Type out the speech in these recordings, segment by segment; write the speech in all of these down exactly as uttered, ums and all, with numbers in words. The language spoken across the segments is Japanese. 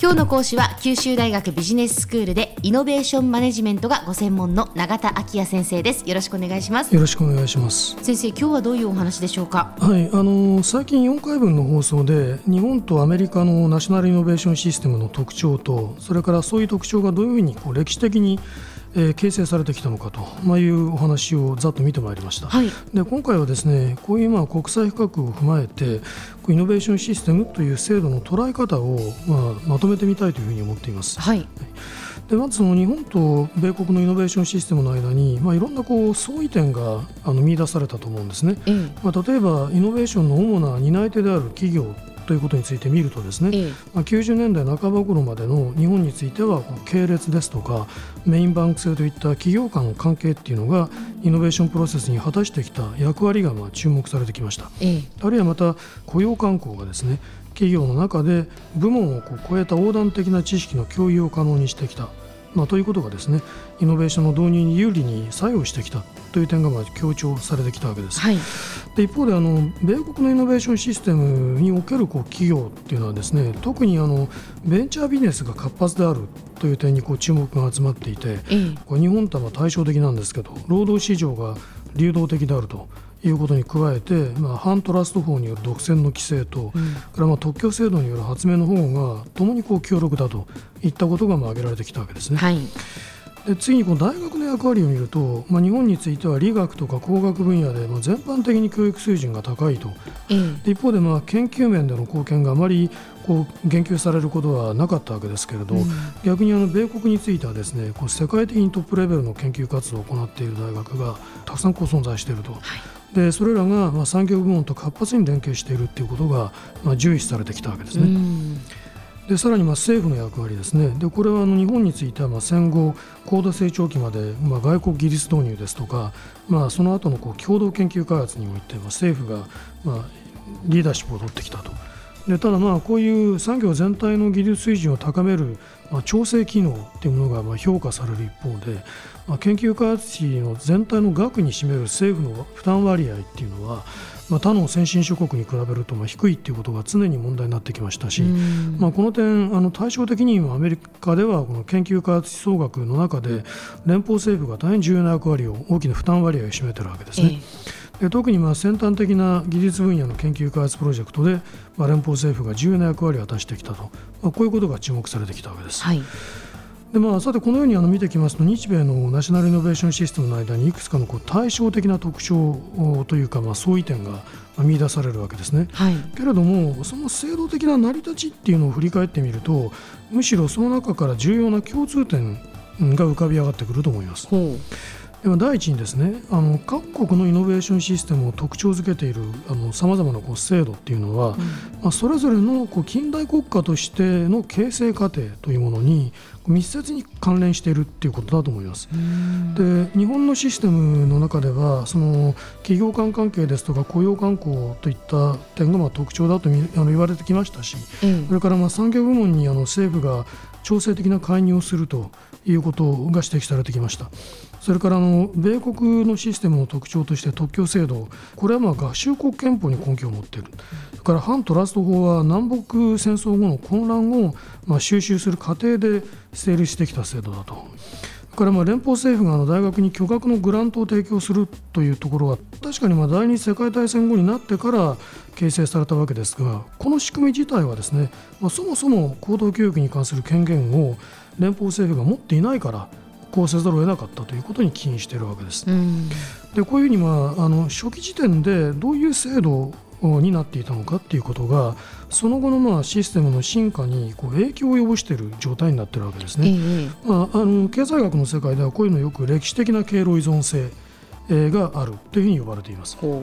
今日の講師は九州大学ビジネススクールでイノベーションマネジメントがご専門の永田昭也先生です。よろしくお願いします。 よろしくお願いします。 先生、今日はどういうお話でしょうか。 はい、あの最近よんかいぶんの放送で日本とアメリカのナショナルイノベーションシステムの特徴と、それからそういう特徴がどういうふうにこう歴史的にえー、形成されてきたのかと、まあ、いうお話をざっと見てまいりました。 はい、 で今回はですね、こういうまあ国際比較を踏まえてイノベーションシステムという制度の捉え方を、まあ、まとめてみたいというふうに思っています。 はい、 でまずその日本と米国のイノベーションシステムの間に、まあ、いろんなこう相違点があの見出されたと思うんですね。 ええまあ、例えばイノベーションの主な担い手である企業ということについて見るとですね、 ええまあ、きゅうじゅうねんだいなかば頃までの日本については系列ですとかメインバンク制といった企業間の関係っていうのがイノベーションプロセスに果たしてきた役割がまあ注目されてきました。 ええあるいはまた雇用慣行がですね、企業の中で部門をこう超えた横断的な知識の共有を可能にしてきた、まあ、ということがですね、イノベーションの導入に有利に作用してきたという点がまあ強調されてきたわけです。 はい、 で一方であの米国のイノベーションシステムにおけるこう企業っていうのはですね、特にあのベンチャービジネスが活発であるという点にこう注目が集まっていて、 ええこれ日本とは対照的なんですけど、労働市場が流動的であるということに加えて、まあ、反トラスト法による独占の規制と、 うん、 からまあ特許制度による発明の保護がともにこう強力だといったことがまあ挙げられてきたわけですね。 はい、 で次にこの大学の役割を見ると、まあ、日本については理学とか工学分野でまあ全般的に教育水準が高いと。 ええで一方でまあ研究面での貢献があまりこう言及されることはなかったわけですけれど、 うん、 逆にあの米国についてはですね、こう世界的にトップレベルの研究活動を行っている大学がたくさんこう存在していると。 はい、 でそれらがまあ産業部門と活発に連携しているということがまあ重視されてきたわけですね。 うんでさらにまあ政府の役割ですね。でこれはあの日本についてはまあ戦後高度成長期までまあ外国技術導入ですとか、まあ、その後のこう共同研究開発においてまあ政府がまあリーダーシップを取ってきたと。でただまあこういう産業全体の技術水準を高めるまあ調整機能というものがまあ評価される一方で、まあ、研究開発費の全体の額に占める政府の負担割合っていうのはまあ、他の先進諸国に比べるとまあ低いということが常に問題になってきましたし、まあ、この点あの対照的にアメリカではこの研究開発費総額の中で連邦政府が大変重要な役割を大きな負担割合を占めているわけですね。で特にまあ先端的な技術分野の研究開発プロジェクトでまあ連邦政府が重要な役割を果たしてきたと、まあ、こういうことが注目されてきたわけです。はい。でまあ、さてこのようにあの見てきますと、日米のナショナルイノベーションシステムの間にいくつかのこう対照的な特徴というか、まあ、相違点が見出されるわけですね。はい、けれどもその制度的な成り立ちっていうのを振り返ってみると、むしろその中から重要な共通点が浮かび上がってくると思います。ほう。では第一にですね、あの各国のイノベーションシステムを特徴づけているさまざまなこう制度っていうのは、うんまあ、それぞれのこう近代国家としての形成過程というものに密接に関連しているということだと思います。で日本のシステムの中ではその企業間関係ですとか雇用慣行といった点がまあ特徴だとあの言われてきましたし、うん、それからまあ産業部門にあの政府が調整的な介入をするということが指摘されてきました。それからあの米国のシステムの特徴として特許制度、これはまあ合衆国憲法に根拠を持っている。それから反トラスト法は南北戦争後の混乱をまあ収拾する過程で成立してきた制度だと。それからまあ連邦政府があの大学に巨額のグラントを提供するというところは確かにまあ第二次世界大戦後になってから形成されたわけですが、この仕組み自体はですね、まあ、そもそも高等教育に関する権限を連邦政府が持っていないからこうせざるを得なかったということに起因しているわけです。うん、でこういうふうに、まあ、あの初期時点でどういう制度になっていたのかということがその後のまあシステムの進化にこう影響を及ぼしている状態になっているわけですね。ええまあ、あの経済学の世界ではこういうのをよく歴史的な経路依存性があるというふうに呼ばれています。はい、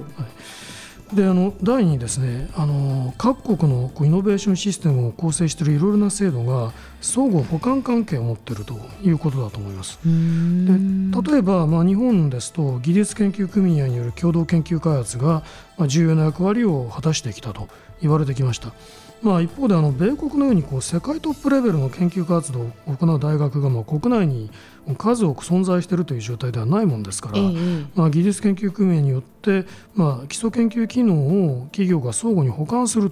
であの第二にですね、あの各国のこうイノベーションシステムを構成しているいろいろな制度が相互補完関係を持っているということだと思います。で例えば、まあ、日本ですと技術研究組合による共同研究開発が、まあ、重要な役割を果たしてきたと言われてきました。まあ、一方であの米国のようにこう世界トップレベルの研究活動を行う大学がまあ国内に数多く存在しているという状態ではないものですから、ええまあ、技術研究組合によって、まあ、基礎研究機能を企業が相互に補完すると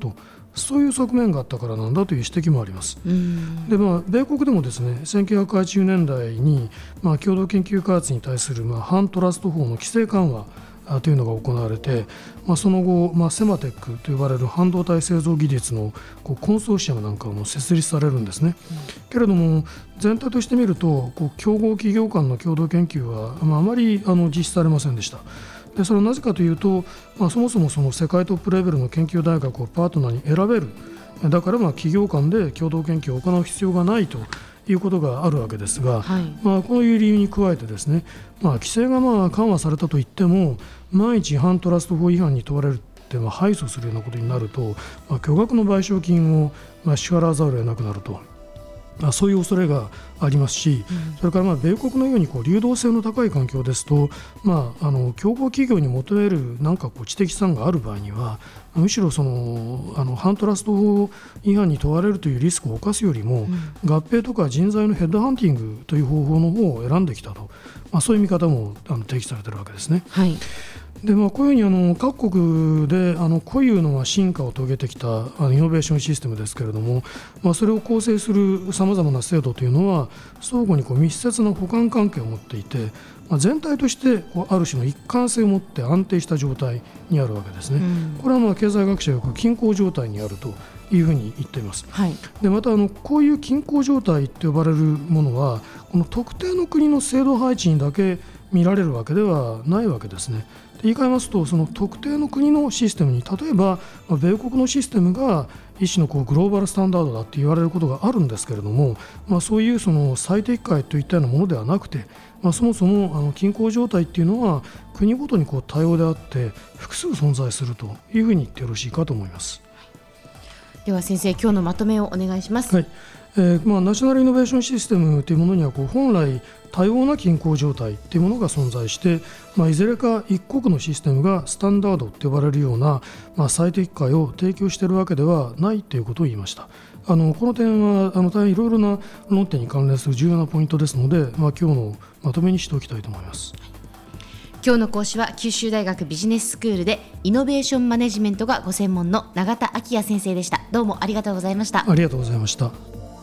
そういう側面があったからなんだという指摘もあります。 うんで、まあ、米国でもですねせんきゅうひゃくはちじゅうねんだいに、まあ、共同研究開発に対する、まあ、反トラスト法の規制緩和というのが行われて、まあ、その後、まあ、セマテックと呼ばれる半導体製造技術のこうコンソーシアムなんかも設立されるんですね、うん、けれども全体として見るとこう競合企業間の共同研究は、まあ、あまりあの実施されませんでした。でそれはなぜかというと、まあ、そもそもその世界トップレベルの研究大学をパートナーに選べる、だからまあ企業間で共同研究を行う必要がないということがあるわけですが、はい、まあ、こういう理由に加えてですね、まあ、規制がまあ緩和されたといっても万一反トラスト法違反に問われるってまあ敗訴するようなことになると、まあ、巨額の賠償金をまあ支払わざるを得なくなると、まあ、そういう恐れがありますし、うん、それからまあ米国のようにこう流動性の高い環境ですと、まあ、あの競合企業に求めるなんかこう知的資産がある場合にはむしろそのあの反トラスト法違反に問われるというリスクを冒すよりも、うん、合併とか人材のヘッドハンティングという方法の方を選んできたと、まあ、そういう見方もあの提起されているわけですね。 はい。 でまあ、こういうふうにあの各国であの固有の進化を遂げてきたあのイノベーションシステムですけれども、まあ、それを構成するさまざまな制度というのは相互にこう密接な補完関係を持っていて、まあ、全体としてこうある種の一貫性を持って安定した状態にあるわけですね、うん、これはまあ経済学者はよく均衡状態にあるというふうに言っています、はい、でまたあのこういう均衡状態と呼ばれるものはこの特定の国の制度配置にだけ見られるわけではないわけですね。言い換えますとその特定の国のシステムに例えば米国のシステムが一種のこうグローバルスタンダードだって言われることがあるんですけれども、まあ、そういうその最適解といったようなものではなくて、まあ、そもそもあの均衡状態っていうのは国ごとにこう多様であって複数存在するというふうに言ってよろしいかと思います。 では先生、今日のまとめをお願いします。 はい、えーまあ、ナショナルイノベーションシステムというものにはこう本来多様な均衡状態というものが存在して、まあ、いずれか一国のシステムがスタンダードと呼ばれるような、まあ、最適解を提供しているわけではないということを言いました。あのこの点はあの大変いろいろな論点に関連する重要なポイントですので、まあ、今日のまとめにしておきたいと思います。 今日の講師は九州大学ビジネススクールでイノベーションマネジメントがご専門の永田昭也先生でした。どうもありがとうございました。 ありがとうございました。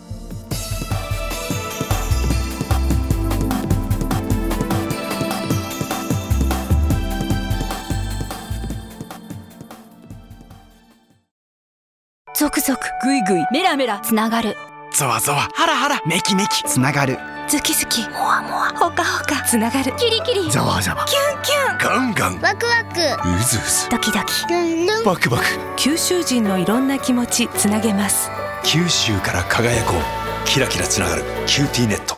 ゾクゾクグイグイメラメラつながる、 ゾワゾワハラハラメキメキつながる、 ズキズキモワモワホカホカつながる、キリキリザワザワキュンキュンガンガンワクワクウズウズドキドキルンルンバクバク、 九州人のいろんな気持ちつなげます。 九州から輝こう、キラキラつながるキューティーネット。